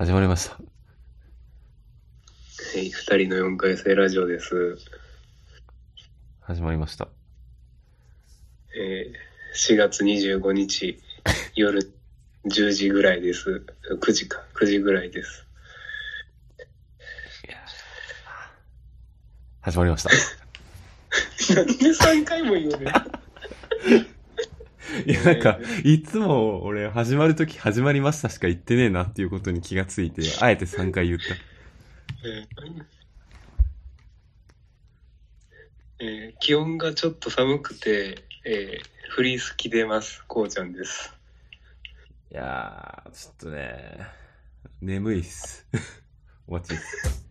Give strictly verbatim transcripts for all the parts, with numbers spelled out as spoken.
始まりました。 はい、二人のよんかい生ラジオです。 始まりました。 えー、しがつにじゅうごにち夜じゅうじぐらいです。くじか、くじぐらいです。 いや始まりました。 なんでさんかいも言うね。 いや、なんか、いつも俺、始まるとき始まりましたしか言ってねえなっていうことに気がついて、あえてさんかい言った。 えーえー、気温がちょっと寒くて、えー、フリース着てます。こうちゃんです。 いやー、ちょっとね、眠いっす。終わっちっす。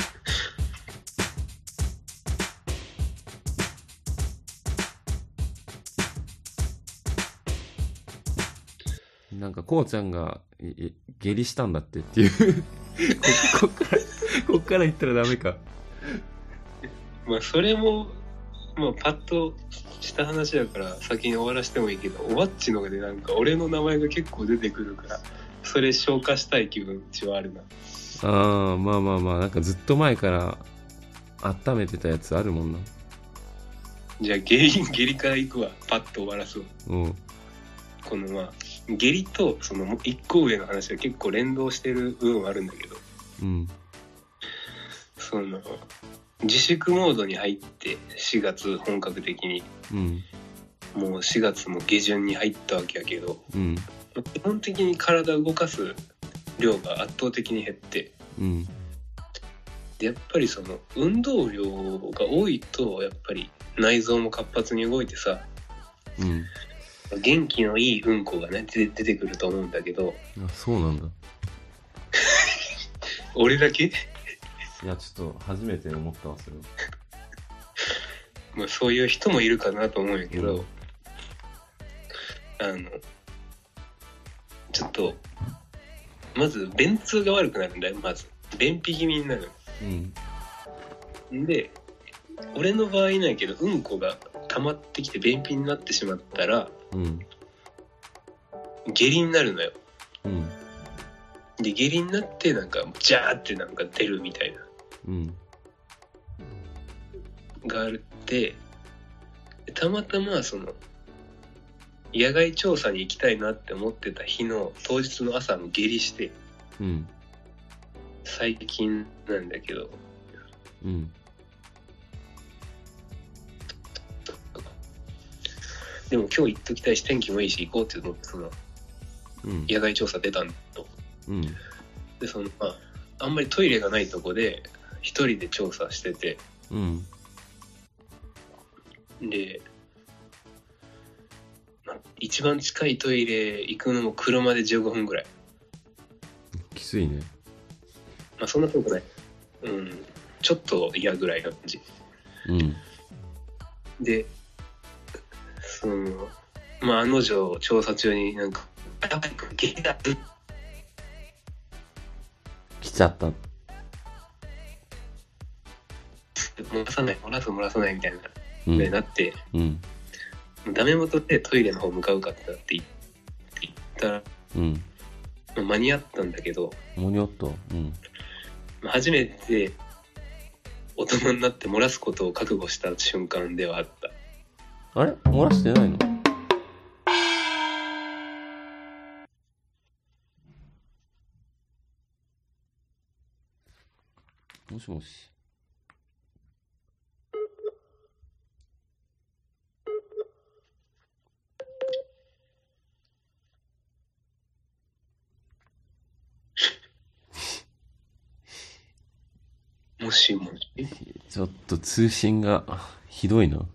なんか、こうちゃんが、いい下痢したんだってっていうこ、こっから、こっから言ったらダメか。 まあ、それも、まあ、パッとした話だから先に終わらせてもいいけど、おわっちのでなんか俺の名前が結構出てくるから、それ消化したい気分ちはあるな。 あー、まあまあまあ、なんかずっと前から温めてたやつあるもんな。 じゃあ下痢、下痢からいくわ。パッと終わらすわ。 うん。 このまあ下痢とその一個上の話は結構連動してる部分はあるんだけど、 うん。 その自粛モードに入ってしがつ本格的に、 うん。 もうしがつも下旬に入ったわけやけど、 うん。 基本的に体動かす量が圧倒的に減って、 うん。 でやっぱりその運動量が多いとやっぱり内臓も活発に動いてさ、 うん。 元気のいいうんこがね出てくると思うんだけど。 あ、そうなんだ。 俺だけ？ いや、ちょっと初めて思ったわ、それは。 まあそういう人もいるかなと思うんやけど、うん、あのちょっとまず便通が悪くなるんだよ。まず便秘気味になる。うん。で、俺の場合なんやけど、うんこが溜まってきて便秘になってしまったら、うん、下痢になるのよ。うん。で、下痢になってなんかジャーってなんか出るみたいな。うん。があるって、たまたまその野外調査に行きたいなって思ってた日の当日の朝も下痢して、うん、最近なんだけど、うん、でも今日行っときたいし天気もいいし行こうって思ってその、うん、野外調査出たんだと、うん、でそのまああんまりトイレがないとこで一人で調査してて、うん、で一番近いトイレ行くのも車でじゅうごふんぐらい。 きついね。 まあそんな遠くない。うん。ちょっと嫌ぐらいの感じ。うん。で、その、まあ案の定調査中になんか、やばい、ゲリだって来ちゃった。 漏らさない、漏らす漏らさないみたいな、うん、でなって、うん。ダメ元でトイレの方向かうかってなって言ったら、うん、間に合ったんだけど、 間に合った、うん、 初めて大人になって漏らすことを覚悟した瞬間ではあった。 あれ漏らしてないの？もしもし。 もしもし。 ちょっと通信がひどいな。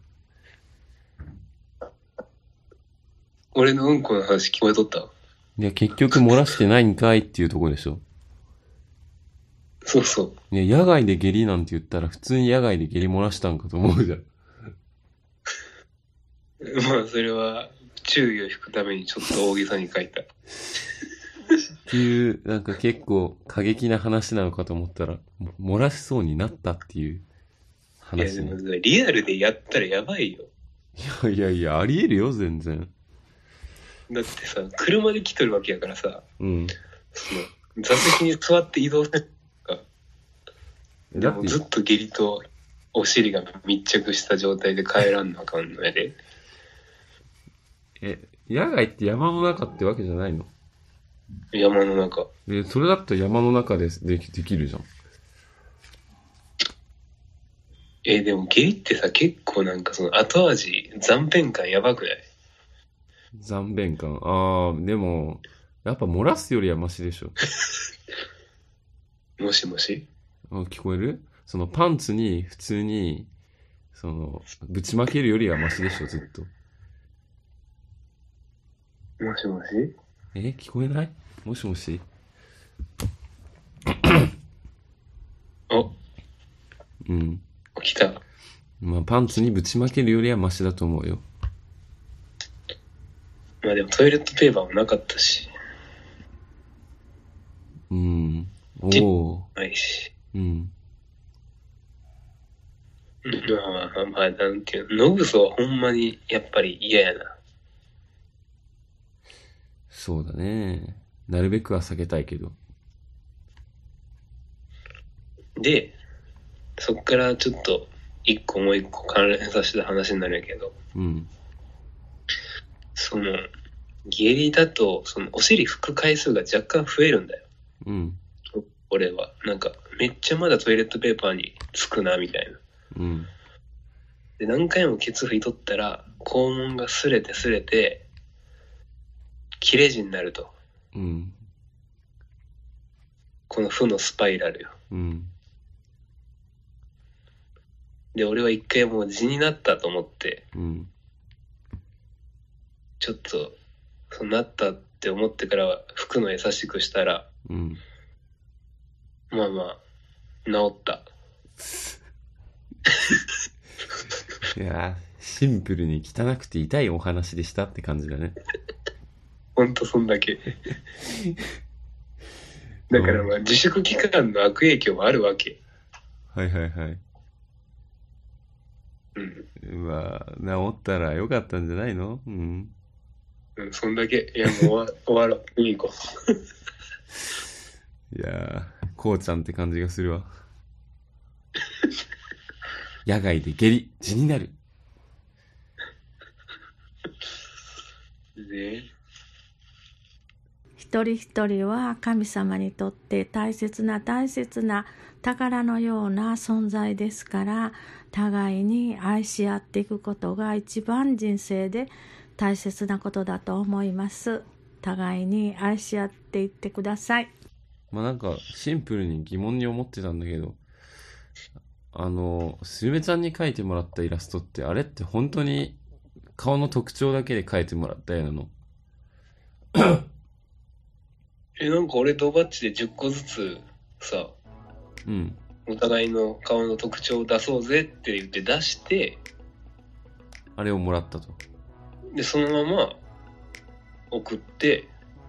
俺のうんこの話聞こえとった？ いや、結局漏らしてないんかいっていうところでしょ。 そうそう。 いや、野外で下痢なんて言ったら普通に野外で下痢漏らしたんかと思うじゃん。 まあ、それは注意を引くためにちょっと大げさに書いた。 っていう、なんか結構過激な話なのかと思ったら、漏らしそうになったっていう話、ね。 いや、でもリアルでやったらやばいよ。 いやいやいや、ありえるよ、全然。 だってさ、車で来とるわけやからさ、うん、その座席に座って移動するか。でだってもずっと下痢とお尻が密着した状態で帰らんのあかんのやで。 え、野外って山の中ってわけじゃないの？ 山の中。 で、それだったら山の中でできできるじゃん。 えーでも下痢ってさ、結構なんかその後味、残便感やばくない？ 残便感。ああ、でも、やっぱ漏らすよりはマシでしょ。 もしもしあ、聞こえる？そのパンツに普通に、その、ぶちまけるよりはマシでしょ、ずっと。 もしもしえ、聞こえない？もしもし？ お、 うん。 来た。 まあ、パンツにぶちまけるよりはマシだと思うよ。 まあでもトイレットペーパーもなかったし。 うん。おお。 ないし。 うん。 まあまあまあ、なんていうの、ノグソはほんまにやっぱり嫌やな。 そうだね。なるべくは避けたいけど。 で、そっからちょっと一個もう一個関連させた話になるんやけど、 うん。 その、下痢だと、そのお尻拭く回数が若干増えるんだよ。 うん。 俺は。なんか、めっちゃまだトイレットペーパーにつくな、みたいな。 うん。 で、何回もケツ拭いとったら、肛門が擦れて擦れて、切れ字になると。 うん。 この負のスパイラルよ。 うん。 で、俺は一回もう痔になったと思って、 うん。 ちょっと、そうなったって思ってからは拭くの優しくしたら、 うん。 まあまあ、治った。 いやー、シンプルに汚くて痛いお話でしたって感じだね。 ほんとそんだけ。だからまあ自粛期間の悪影響もあるわけ。 はいはいはい。 うん。 まあ、治ったらよかったんじゃないの？うん。 うん、そんだけ。いやもう終わ終わろう。次行こいやー、こうちゃんって感じがするわ。野外で下痢、痔になる。 ね。 一人一人は神様にとって大切な大切な宝のような存在ですから、互いに愛し合っていくことが一番人生で大切なことだと思います。互いに愛し合っていってください。 まあなんかシンプルに疑問に思ってたんだけど、あのスルメちゃんに描いてもらったイラストってあれって本当に顔の特徴だけで描いてもらった絵なの？ え、なんか俺とバッチでじゅっこずつさ、 うん。 お互いの顔の特徴を出そうぜって言って出して、 あれをもらったと。 で、そのまま送って、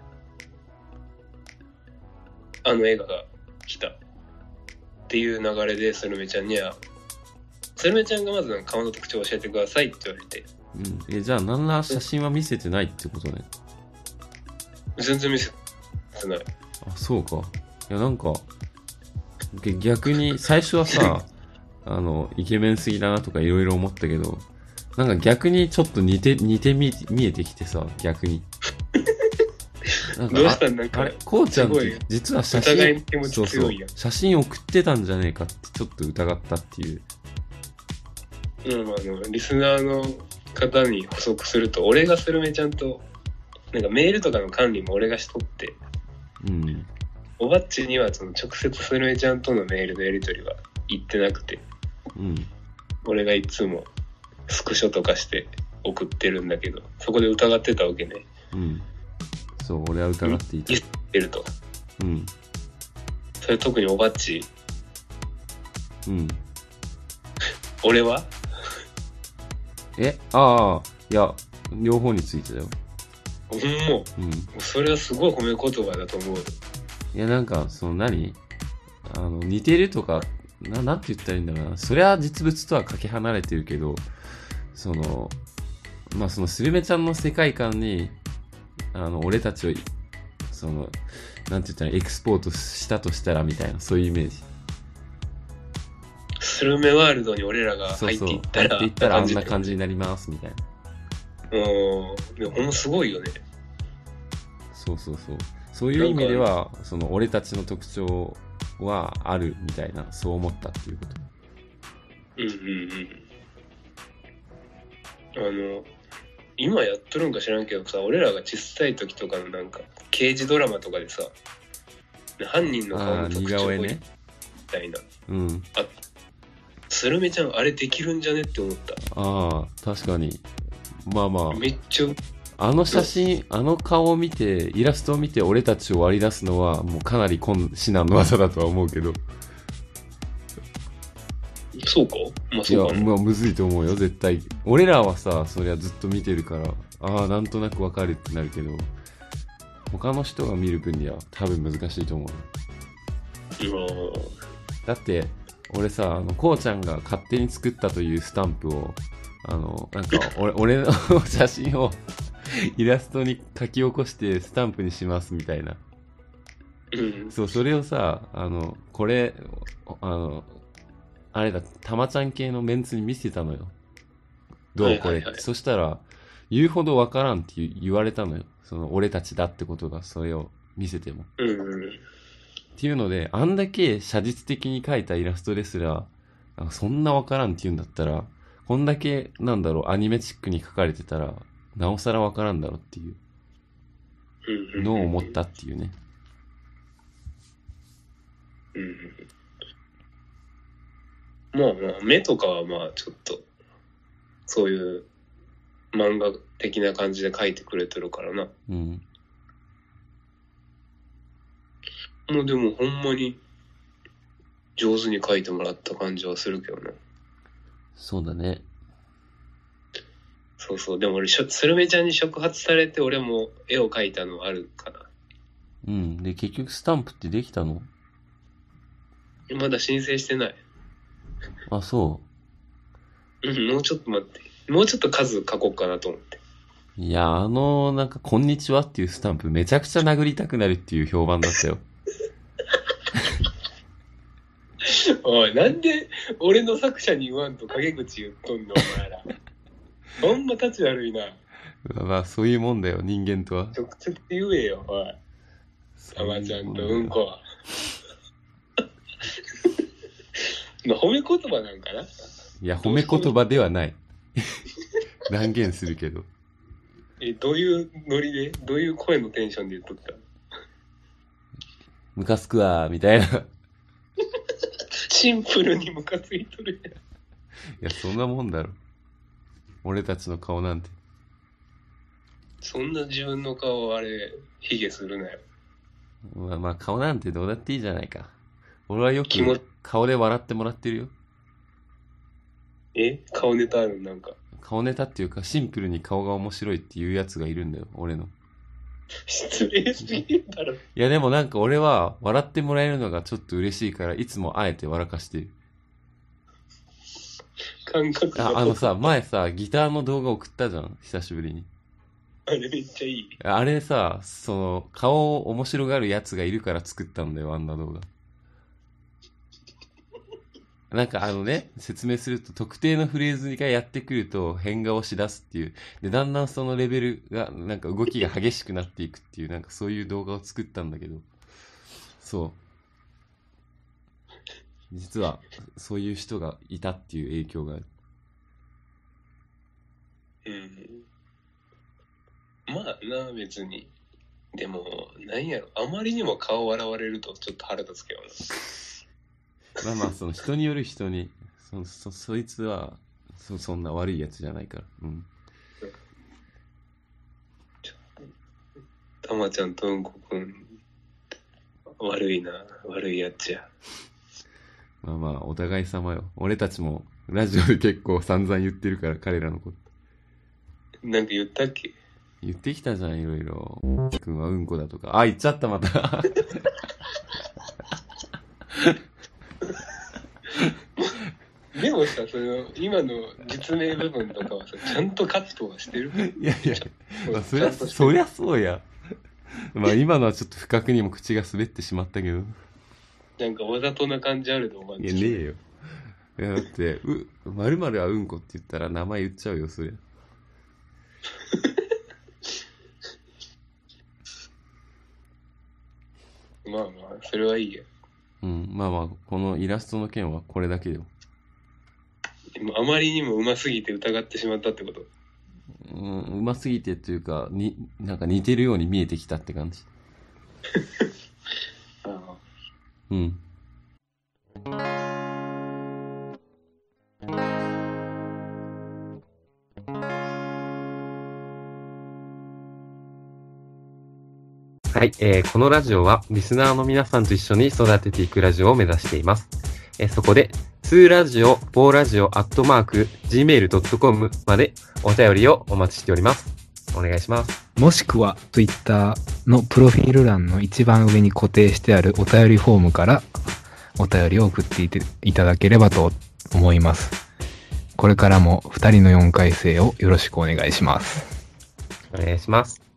あの映画が来たっていう流れでスルメちゃんには、スルメちゃんがまず顔の特徴を教えてくださいって言われて、 うん。え、じゃあ何ら写真は見せてないってことね。 全然見せてない。 あ、そうか。いやなんか、げ逆に最初はさ、あの、イケメンすぎだなとかいろいろ思ったけど、なんか逆にちょっと似て、似てみ、見えてきてさ、逆に。なんかどうしたんなんかあれ、こうちゃんってすごい実は写お互いの真、 気持ちそうそう強いやん、 写真送ってたんじゃねえかってちょっと疑ったっていう。 うん、あの、リスナーの方に補足すると、俺がスルメちゃんと、なんかメールとかの管理も俺がしとって、 うん。 おばっちにはその直接スルメちゃんとのメールのやり取りは言ってなくて、 うん。 俺がいつもスクショとかして送ってるんだけど、そこで疑ってたわけね。 うん。そう、俺は疑っていた言。ってると。 うん。 それ特におばっち、 うん。 俺はえ、ああ、いや、両方についてだよ。 ほんも、 うん。 それはすごい褒め言葉だと思う。 いや、なんか、その何あの、似てるとか、な、なんて言ったらいいんだろうな。それは実物とはかけ離れてるけど、その、まあ、そのスルメちゃんの世界観に、あの、俺たちを、 その、なんて言ったらエクスポートしたとしたらみたいな、そういうイメージ。 スルメワールドに俺らが入っていったら、 そうそう入っていったらあんな感じになりますみたいな。 うん。でもほんますごいよね。 そうそうそう。そういう意味では、その俺たちの特徴はあるみたいな、そう思ったっていうこと。 うんうんうん。あの、今やっとるんか知らんけどさ、俺らが小さい時とかのなんか、刑事ドラマとかでさ、犯人の顔の特徴みたいな。 うん。 あ、スルメちゃんあれできるんじゃねって思った。 ああ、確かに。まあまあ。 めっちゃ。 あの写真、あの顔を見て、イラストを見て俺たちを割り出すのは、もうかなり困難の技だとは思うけど。 そうか？まあそうかな。 いや、まあむずいと思うよ、絶対。俺らはさ、そりゃずっと見てるから、ああ、なんとなくわかるってなるけど、他の人が見る分には多分難しいと思う。 うわだって、俺さ、あの、こうちゃんが勝手に作ったというスタンプを、あの、なんか、俺、俺の写真をイラストに書き起こしてスタンプにしますみたいな。 うん。 そう、それをさ、あの、これ、あの、あれだ、たまちゃん系のメンツに見せたのよ。どうこれ、はいはいはい、そしたら、言うほどわからんって言われたのよ。その、俺たちだってことが、それを見せても。 うんうん。 っていうので、あんだけ写実的に描いたイラストですら、そんなわからんって言うんだったら、こんだけ、なんだろう、アニメチックに描かれてたら、なおさらわからんだろっていうのを思ったっていうね。 うんうん。まあまあ、目とかはまあちょっと、そういう漫画的な感じで描いてくれてるからな。 うん。 もうでもほんまに上手に描いてもらった感じはするけどな。 そうだね。 そうそう。でも俺、スルメちゃんに触発されて俺も絵を描いたのあるかな。 うん。で、結局スタンプってできたの？ まだ申請してない。 あ、そう。 うん、もうちょっと待って。もうちょっと数書こうかなと思って。 いや、あの、なんか、こんにちはっていうスタンプめちゃくちゃ殴りたくなるっていう評判だったよ。 おい、なんで俺の作者に言わんと陰口言っとんの、お前ら。ほんま立ち悪いな。 まあ、まあ、そういうもんだよ、人間とは。 直接言えよ、おい。たまちゃんとうんこは。まあ、褒め言葉なんかな？いや、褒め言葉ではない。断言するけど。 え、どういうノリで、どういう声のテンションで言っとった？ ムカつくわー、みたいな。 シンプルにムカついとるやん。いや、そんなもんだろ。俺たちの顔なんて。 そんな自分の顔あれ、卑下するなよ。 まあ、まあ、顔なんてどうだっていいじゃないか。俺はよく顔で笑ってもらってるよ。 え？顔ネタある？なんか。 顔ネタっていうか、シンプルに顔が面白いっていうやつがいるんだよ、俺の。 失礼すぎるだろ。 いや、でもなんか俺は笑ってもらえるのがちょっと嬉しいから、いつもあえて笑かしてる。 感覚が。 あ、あのさ、前さ、ギターの動画送ったじゃん、久しぶりに。 あれめっちゃいい。 あれさ、その、顔を面白がるやつがいるから作ったんだよ、あんな動画。なんかあのね、説明すると特定のフレーズがやってくると変顔し出すっていう。で、だんだんそのレベルが、なんか動きが激しくなっていくっていう、なんかそういう動画を作ったんだけど。そう。実は、そういう人がいたっていう影響がある。 うん。まあな、別に。でも、なんやろ、あまりにも顔笑われるとちょっと腹立つけどな。 まあまあ、その人による人に、そ、そ、そいつは、そ、そんな悪いやつじゃないから。うん。 たまちゃんとうんこくん、悪いな、悪いやつや。 まあまあ、お互い様よ。俺たちも、ラジオで結構散々言ってるから、彼らのこと。 なんか言ったっけ？ 言ってきたじゃん、いろいろ。くんはうんこだとか。あ、言っちゃった、また。 でもさ、その今の実名部分とかはさ、ちゃんとカットはしてる？ いやいや、まあ、そりゃそりゃそうや。 まあ今のはちょっと不覚にも口が滑ってしまったけど。 なんかわざとな感じあると思う。 いや、ねえよ。いや、だって、う、〇〇はうんこって言ったら名前言っちゃうよ、それ。 まあまあ、それはいいよ。 うん、まあまあ、このイラストの件はこれだけでも。 今あまりにも上手すぎて疑ってしまったってこと。 うん、うますぎてというか、に、なんか似てるように見えてきたって感じ。 ああ。 うん。はい、えー、このラジオはリスナーの皆さんと一緒に育てていくラジオを目指しています。えー、そこで、ツーラジオ、フォーラジオ、アットマーク、ジーメールドットコム までお便りをお待ちしております。お願いします。 もしくは、Twitter のプロフィール欄の一番上に固定してあるお便りフォームからお便りを送っていていただければと思います。これからもふたりのよんかい生をよろしくお願いします。 お願いします。